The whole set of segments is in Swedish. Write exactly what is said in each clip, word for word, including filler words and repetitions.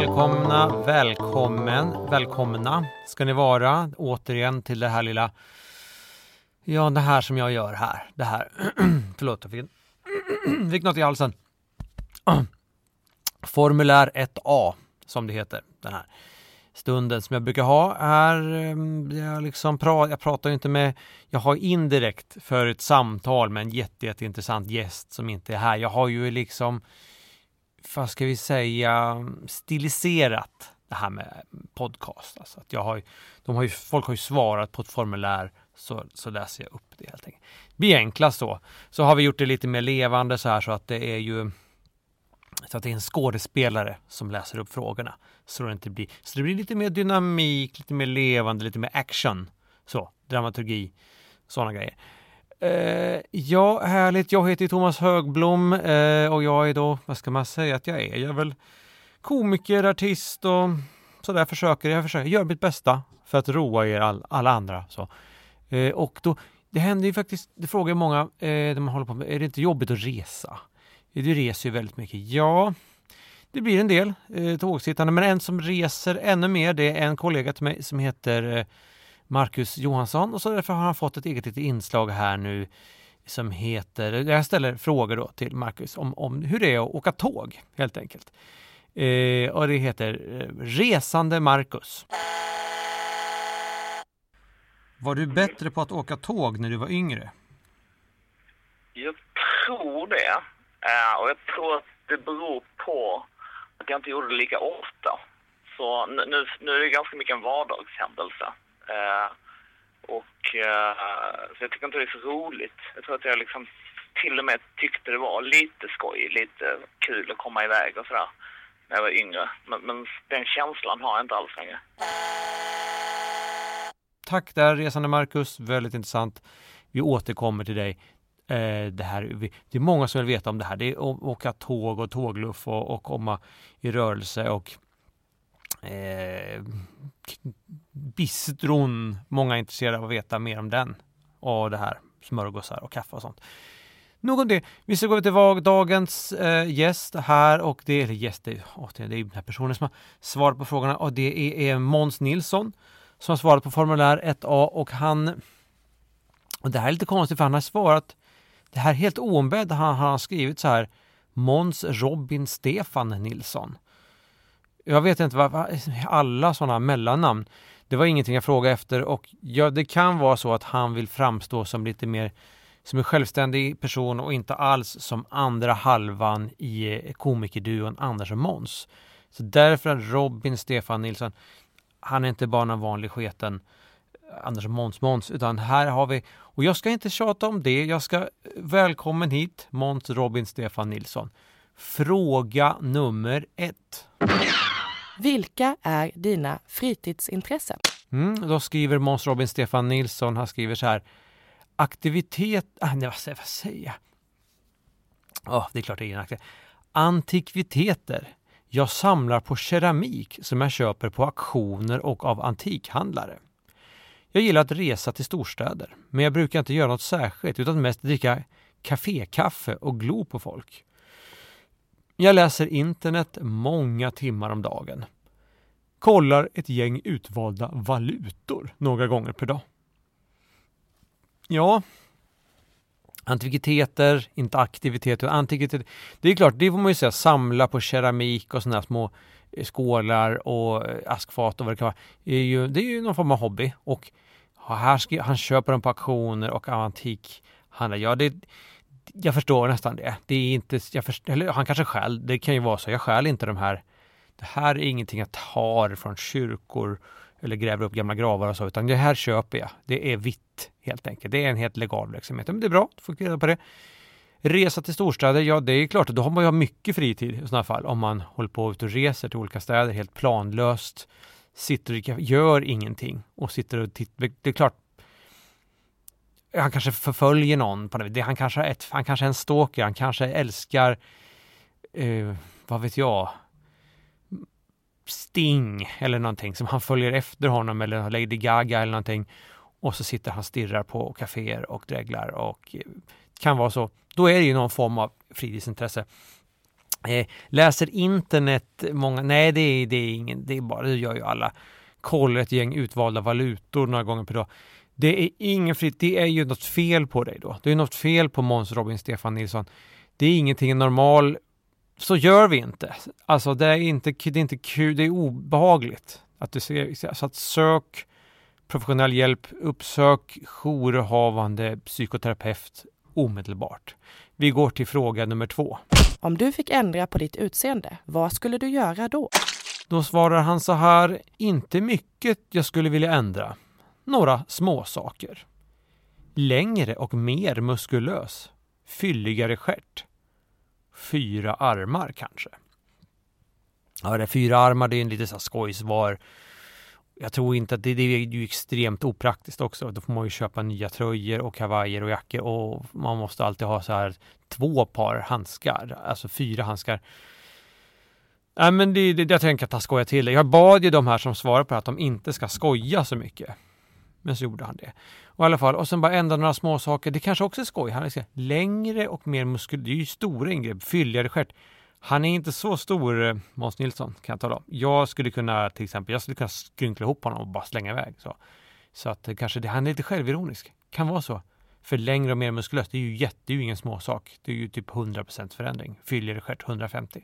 välkomna, välkommen, välkomna ska ni vara återigen till det här lilla, ja det här som jag gör här, det här, förlåt jag fick, fick något i halsen. Formulär ett A som det heter, den här stunden som jag brukar ha här. Jag, liksom pra, jag pratar ju inte med, jag har indirekt för ett samtal med en jätte, jätteintressant gäst som inte är här. Jag har ju liksom, vad ska vi säga, stiliserat det här med podcast. Alltså att jag har, de har ju, folk har ju svarat på ett formulär, så, så läser jag upp det helt enkelt. Det blir enklast så. Så har vi gjort det lite mer levande så här, så att det är ju så att det är en skådespelare som läser upp frågorna. Så det inte blir, så det blir lite mer dynamik, lite mer levande, lite mer action. Så, dramaturgi, sådana grejer. Eh, ja, härligt. Jag heter Thomas Högblom eh, och jag är då, vad ska man säga att jag är? Jag är väl komiker, artist och så där försöker jag försöker göra mitt bästa för att roa er all, alla andra. Så. Eh, och då, det händer ju faktiskt, det frågar många, eh, de håller på med, är det inte jobbigt att resa? Du reser ju väldigt mycket. Ja, det blir en del eh, tågsittande. Men en som reser ännu mer, det är en kollega till mig som heter eh, Marcus Johansson. Och så därför har han fått ett eget litet inslag här nu som heter, jag ställer frågor då till Marcus om, om hur det är att åka tåg helt enkelt. Eh, och det heter eh, Resande Marcus. Var du bättre på att åka tåg när du var yngre? Jag tror det. Uh, och jag tror att det beror på att jag inte gjorde det lika ofta. Så nu, nu är det ganska mycket en vardagshändelse. Uh, och uh, så jag tycker inte det är så roligt. Jag tror att jag liksom till och med tyckte det var lite skoj, lite kul att komma iväg och sådär när jag var yngre. Men, men den känslan har jag inte alls längre. Tack där, resande Marcus. Väldigt intressant. Vi återkommer till dig. Eh, det, här, det är många som vill veta om det här. Det är att åka tåg och tågluff och, och komma i rörelse och eh, bistron. Många är intresserade av att veta mer om den och det här, smörgåsar och kaffe och sånt. Nog om det. Vi ska gå till dagens eh, gäst här och det är gäst, det, oh, det är den här personen som har svarat på frågorna och det är, är Måns Nilsson som har svarat på formulär ett A och han, och det här är lite konstigt för han har svarat det här helt oombedd, han har skrivit så här Måns Robin Stefan Nilsson. Jag vet inte vad, vad alla sådana mellannamn. Det var ingenting jag frågade efter och ja, det kan vara så att han vill framstå som lite mer som en självständig person och inte alls som andra halvan i komikerduon Anders och Måns. Så därför är Robin Stefan Nilsson, han är inte bara en vanlig sketen Anders och Måns Måns, utan här har vi, och jag ska inte tjata om det, jag ska välkommen hit Måns Robin Stefan Nilsson. Fråga nummer ett. Vilka är dina fritidsintressen? Mm, då skriver Måns Robin Stefan Nilsson, han skriver så här, aktivitet, ah, nej, vad säger vad säger jag? Oh, det är klart det är en aktivitet. Antikviteter. Jag samlar på keramik som jag köper på auktioner och av antikhandlare. Jag gillar att resa till storstäder, men jag brukar inte göra något särskilt utan mest dricka kafékaffe och glo på folk. Jag läser internet många timmar om dagen. Kollar ett gäng utvalda valutor några gånger per dag. Ja, antikviteter, inte aktiviteter, antikviteter. Det är klart, det får man ju säga, samla på keramik och sådana små skålar och askfat och vad det kan vara. Det är ju, det är ju någon form av hobby och här ska, han köper dem på auktioner och antikhandlar. Ja, det, jag förstår nästan det. Det är inte, jag förstår, eller han kanske skäl, det kan ju vara så. Jag skäl inte de här. Det här är ingenting jag tar från kyrkor eller gräver upp gamla gravar och så, utan det här köper jag. Det är vitt helt enkelt. Det är en helt legal verksamhet. Men det är bra, du får reda på det. Resa till storstäder, ja det är klart, då har man ju mycket fritid i sådana fall. Om man håller på ut och reser till olika städer helt planlöst, sitter och gör ingenting och sitter och tittar. Det är klart, han kanske förföljer någon på det. Han kanske är, ett, han kanske är en stalker, han kanske älskar, eh, vad vet jag, Sting eller någonting som han följer efter honom eller Lady Gaga eller någonting. Och så sitter han stirrar på kaféer och dreglar och kan vara så. Då är det ju någon form av fritidsintresse. Eh, läser internet många... Nej, det är, det är ingen... Det är bara... Det gör ju alla. Kollar ett gäng utvalda valutor några gånger per dag. Det är ingen fritt. Det är ju något fel på dig då. Det är något fel på Måns Robin Stefan Nilsson. Det är ingenting normal. Så gör vi inte. Alltså det är inte, det är inte kul. Det är obehagligt. Att du ser, så att sök professionell hjälp. Uppsök jourhavande psykoterapeut omedelbart. Vi går till fråga nummer två. Om du fick ändra på ditt utseende, vad skulle du göra då? Då svarar han så här: inte mycket jag skulle vilja ändra. Några små saker. Längre och mer muskulös. Fylligare stjärt. Fyra armar kanske. Ja, det är fyra armar, det är en lite så här skojsvar. Jag tror inte att det, det är ju extremt opraktiskt också. Då får man ju köpa nya tröjor och kavajer och jackor. Och man måste alltid ha så här två par handskar. Alltså fyra handskar. Nej, men det, det, jag tänker att han skojar till det. Jag bad ju de här som svarar på att de inte ska skoja så mycket. Men så gjorde han det. Och i alla fall, och sen bara ändra några små saker. Det kanske också är skoj. Han är längre och mer muskel. Det är ju stora ingrepp. Fylligare stjärt. Han är inte så stor, Måns Nilsson, kan jag tala om. Jag skulle kunna, till exempel, jag skulle kunna skrynkla ihop honom och bara slänga iväg. Så, så att kanske det, han är lite självironisk. Kan vara så. För längre och mer muskulöst, det är ju jätte, det är ju ingen små sak. Det är ju typ hundra procent förändring. Fylligare stjärt hundrafemtio.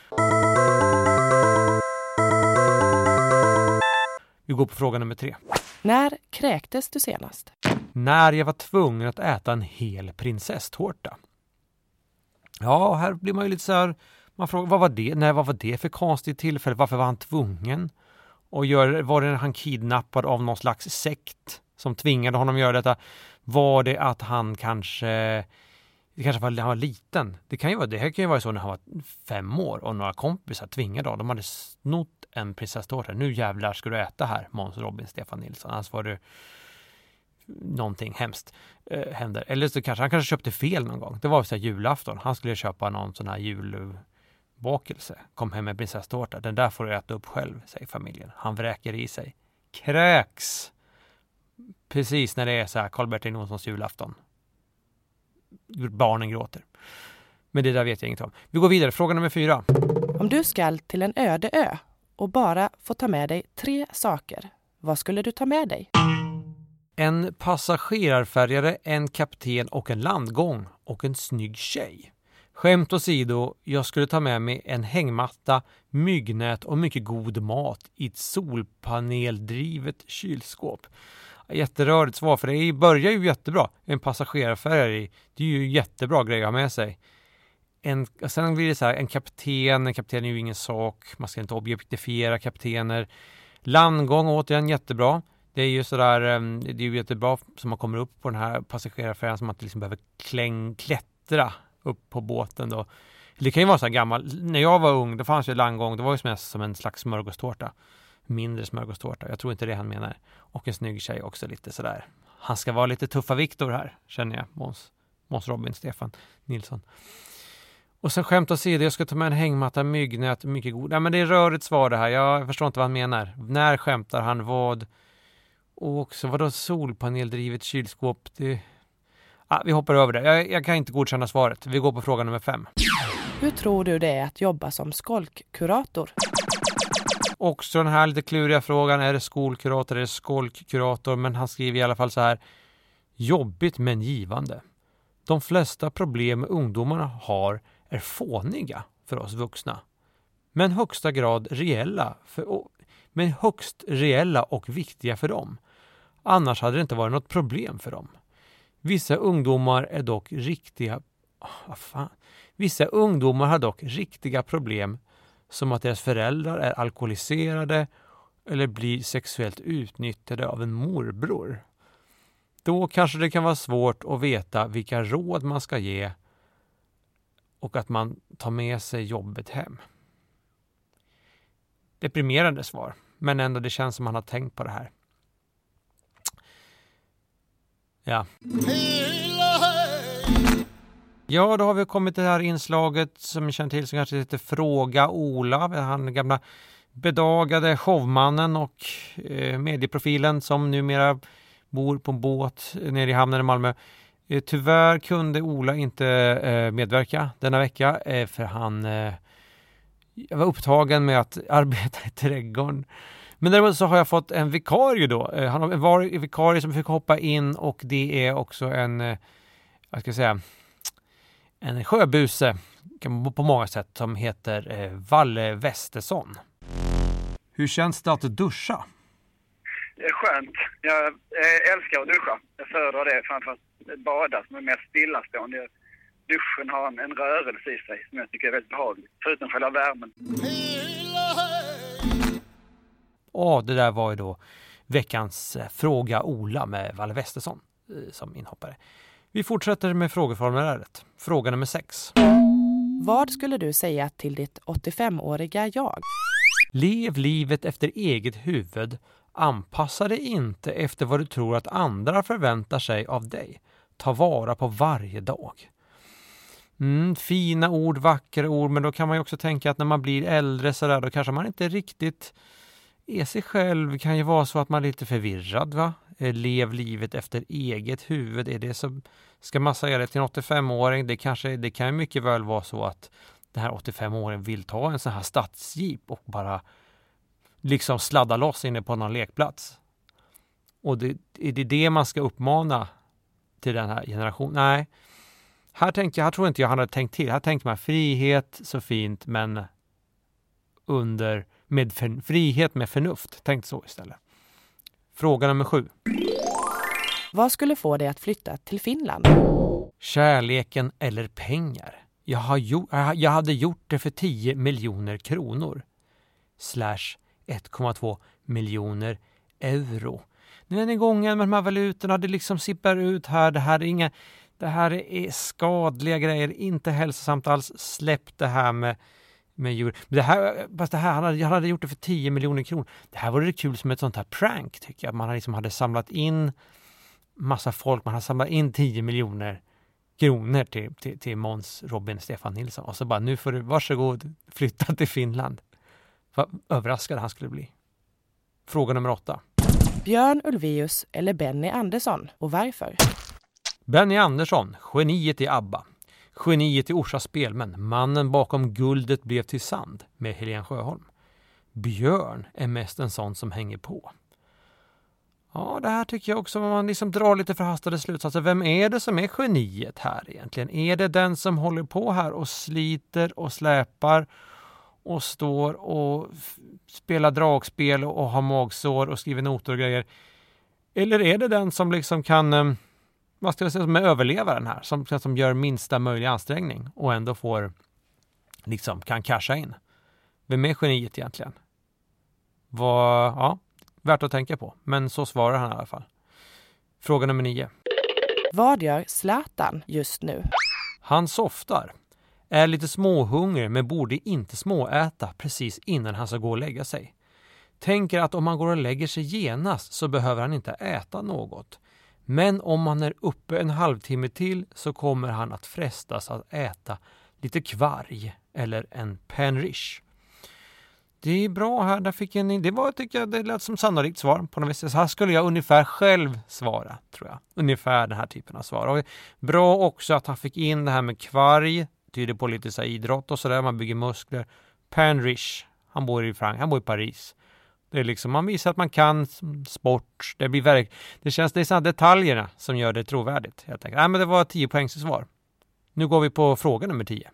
Vi går på fråga nummer tre. När kräktes du senast? När jag var tvungen att äta en hel prinsesstårta. Ja, här blir man ju lite så här, man frågar, vad var det? Nej, vad var det för konstigt tillfälle? Varför var han tvungen? Och gör, var det han kidnappad av någon slags sekt som tvingade honom att göra detta? Var det att han kanske, det kanske var, han var liten? Det kan ju vara, det här kan ju vara så när han var fem år och några kompisar tvingade av. De hade snott en prinsesstårta. Nu jävlar ska du äta här, Måns Robin Stefan Nilsson. Annars var det någonting hemskt eh, händer. Eller så kanske han kanske köpte fel någon gång. Det var så här julafton. Han skulle köpa någon sån här julbakelse. Kom hem med prinsesstårta. Den där får du äta upp själv, säger familjen. Han vräker i sig. Kräks! Precis när det är så här Karl-Bertil Jonssons julafton. Barnen gråter. Men det där vet jag inget om. Vi går vidare. Fråga nummer fyra. Om du ska till en öde ö och bara få ta med dig tre saker, vad skulle du ta med dig? En passagerarfärjare, en kapten och en landgång och en snygg tjej. Skämt åsido, jag skulle ta med mig en hängmatta, myggnät och mycket god mat i ett solpaneldrivet kylskåp. Jätterörigt svar, för det börjar ju jättebra. En passagerarfärjare, det är ju jättebra grej att ha med sig. En, sen blir det så här, en kapten, en kapten är ju ingen sak. Man ska inte objektifiera kaptener. Landgång, återigen jättebra. Det är ju sådär, det är ju jättebra som man kommer upp på den här passagerarfärjan som man inte liksom behöver kläng, klättra upp på båten då. Det kan ju vara så här gammal. När jag var ung, det fanns ju landgång, det var ju mest som en slags smörgåstårta. Mindre smörgåstårta. Jag tror inte det han menar. Och en snygg tjej också lite sådär. Han ska vara lite tuffa Viktor här, känner jag. Måns, Måns Robin Stefan Nilsson. Och sen skämt att se det. Jag ska ta med en hängmatta, myggnät, mycket god. Nej, men det är rörigt svar det här. Jag förstår inte vad han menar. När skämtar han vad? Och också, vadå solpaneldrivet kylskåp? Det... Ah, vi hoppar över det. Jag, jag kan inte godkänna svaret. Vi går på fråga nummer fem. Hur tror du det är att jobba som skolkkurator? Också den här lite kluriga frågan. Är det skolkurator eller skolkkurator? Men han skriver i alla fall så här. Jobbigt men givande. De flesta problem ungdomarna har är fåniga för oss vuxna. Men högsta grad reella för, men högst reella och viktiga för dem. Annars hade det inte varit något problem för dem. Vissa ungdomar är dock riktiga... Oh, vad fan? Vissa ungdomar har dock riktiga problem som att deras föräldrar är alkoholiserade eller blir sexuellt utnyttjade av en morbror. Då kanske det kan vara svårt att veta vilka råd man ska ge och att man tar med sig jobbet hem. Deprimerande svar, men ändå det känns som man har tänkt på det här. Ja. Ja, då har vi kommit till det här inslaget som vi känner till som kanske heter Fråga Ola. Han gamla bedagade showmannen och eh, medieprofilen som numera bor på en båt nere i hamnen i Malmö. Eh, tyvärr kunde Ola inte eh, medverka denna vecka eh, för han eh, jag var upptagen med att arbeta i trädgården. Men däremot så har jag fått en vikarie då. Han har varit en vikarie som fick hoppa in och det är också en, jag ska säga, en sjöbuse på många sätt som heter Valle Westesson. Hur känns det att duscha? Det är skönt. Jag älskar att duscha. Jag föredrar det framför att bada som är mer stillastående. Duschen har en, en rörelse i sig som jag tycker är väldigt behaglig. Förutom själva värmen. Och det där var ju då veckans Fråga Ola med Valle Westesson som inhoppare. Vi fortsätter med frågeformuläret. Fråga nummer sex. Vad skulle du säga till ditt åttiofemåriga jag? Lev livet efter eget huvud. Anpassa dig inte efter vad du tror att andra förväntar sig av dig. Ta vara på varje dag. Mm, fina ord, vackra ord, men då kan man ju också tänka att när man blir äldre så där, då kanske man inte riktigt är sig själv. Det kan ju vara så att man är lite förvirrad, va? Lev livet efter eget huvud. Är det så, ska man säga det till en åttiofemåring? Det, kanske, det kan ju mycket väl vara så att den här åttiofemåringen vill ta en sån här stadsjeep och bara liksom sladda loss inne på någon lekplats. Och det, är det det man ska uppmana till den här generationen? Nej. Här tänkte jag, här tror inte jag hade tänkt till. Här tänkte man frihet så fint, men under med för, frihet med förnuft. Tänkt så istället. Fråga nummer sju. Vad skulle få dig att flytta till Finland? Kärleken eller pengar? Jag, har gjort, jag hade gjort det för tio miljoner kronor. Slash ett komma två miljoner euro. Nu är det gången med de här valutorna. Det liksom sippar ut här. Det här är inga... Det här är skadliga grejer, inte hälsosamt alls. Släpp det här med, med djur. Det här, fast det här, han hade, jag hade gjort det för tio miljoner kronor. Det här var det kul som ett sånt här prank, tycker jag. Man liksom hade samlat in massa folk. Man hade samlat in tio miljoner kronor till, till, till Måns, Robin, Stefan Nilsson. Och så bara, nu får du, varsågod, flytta till Finland. Vad överraskad han skulle bli. Fråga nummer åtta. Björn Ulvaeus eller Benny Andersson, och varför? Benny Andersson, geniet i ABBA. Geniet i Orsa Spelmän, mannen bakom Guldet blev till sand med Helene Sjöholm. Björn är mest en sån som hänger på. Ja, det här tycker jag också, man liksom drar lite förhastade slutsatser. Vem är det som är geniet här egentligen? Är det den som håller på här och sliter och släpar och står och f- spelar dragspel och har magsår och skriver noter och grejer? Eller är det den som liksom kan... Eh, vad ska jag säga, som är överlevaren här, som, som gör minsta möjliga ansträngning och ändå får, liksom, kan casha in. Vem är geniet egentligen? Var, ja, värt att tänka på. Men så svarar han i alla fall. Fråga nummer nio. Vad gör Zlatan just nu? Han softar. Är lite småhungrig men borde inte småäta precis innan han ska gå och lägga sig. Tänker att om han går och lägger sig genast så behöver han inte äta något. Men om han är uppe en halvtimme till så kommer han att frestas att äta lite kvarg eller en penrish. Det är bra här, där fick jag en, det var, tycker jag, det lät som sannolikt svar på något vis. Så här skulle jag ungefär själv svara, tror jag. Ungefär den här typen av svar. Och bra också att han fick in det här med kvarg, tyder på lite så här idrott och sådär, man bygger muskler. Penrish, han bor i Frank, han bor i Paris. Det är liksom, man visar att man kan sport. Det blir verk, det känns, det är sådana detaljerna som gör det trovärdigt. Jag tänker, nej men det var tio poängs svar. Nu går vi på fråga nummer tio.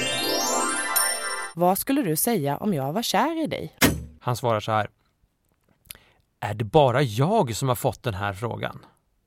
Vad skulle du säga om jag var kär i dig? Han svarar så här. Är det bara jag som har fått den här frågan?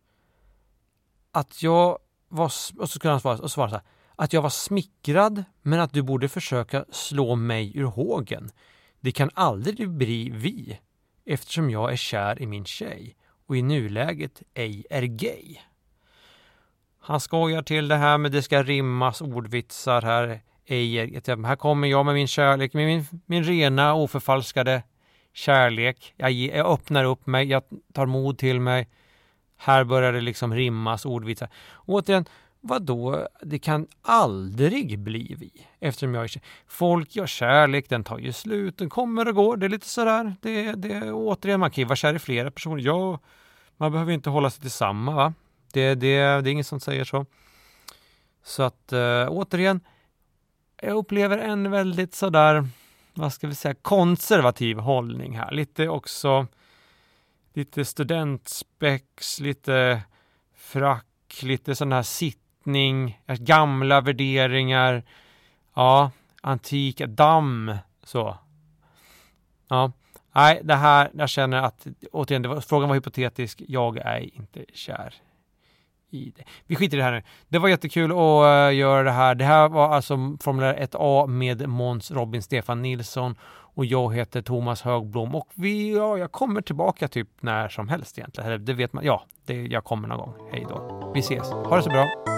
Att jag var, och så skulle han svara, och svara så här. Att jag var smickrad, men att du borde försöka slå mig ur hågen. Det kan aldrig bli vi, eftersom jag är kär i min tjej och i nuläget ej är gay. Han skojar till det här med det ska rimmas ordvitsar här. Ej är, här kommer jag med min kärlek, med min, min rena oförfalskade kärlek. Jag, jag öppnar upp mig, jag tar mod till mig. Här börjar det liksom rimmas ordvitsar. Återigen, vadå? Det kan aldrig bli vi. Eftersom jag är kär. Folk gör kärlek, den tar ju slut. Den kommer och går. Det är lite sådär. Det, det, återigen, man kan ju vara kär i flera personer. Ja, man behöver inte hålla sig till samma, va? Det, det, det är ingen som säger så. Så att, äh, återigen. Jag upplever en väldigt sådär vad ska vi säga, konservativ hållning här. Lite också lite studentspex, lite frack, lite sån här sittning, gamla värderingar, ja, antika, damm, så. Ja, nej, det här, jag känner att, återigen, det var, frågan var hypotetisk, jag är inte kär i det. Vi skiter i det här nu. Det var jättekul att uh, göra det här. Det här var alltså Formel ett A med Måns Robin Stefan Nilsson och jag heter Thomas Högblom och vi, ja, jag kommer tillbaka typ när som helst egentligen. Det vet man, ja, det, jag kommer någon gång. Hej då. Vi ses. Ha det så bra.